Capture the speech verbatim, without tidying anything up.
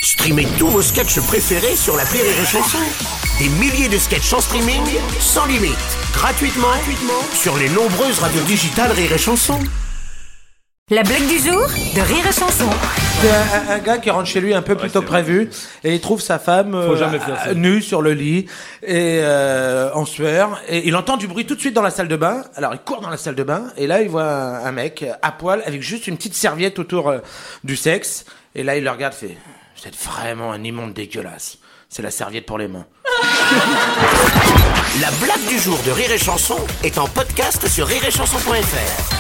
Streamez tous vos sketchs préférés sur l'appli Rire et Chanson. Des milliers de sketchs en streaming, sans limite, gratuitement, gratuitement sur les nombreuses radios digitales Rire et Chanson. La blague du jour de Rire et Chanson. C'est un, un gars qui rentre chez lui un peu plus tôt que prévu et il trouve sa femme Faut jamais faire ça. euh, nue sur le lit et euh, en sueur, et il entend du bruit tout de suite dans la salle de bain. Alors il court dans la salle de bain et là il voit un, un mec à poil avec juste une petite serviette autour euh, du sexe, et là il le regarde, fait: vous êtes vraiment un immonde dégueulasse, c'est la serviette pour les mains. La blague du jour de Rire et Chanson est en podcast sur rire et chanson point f r.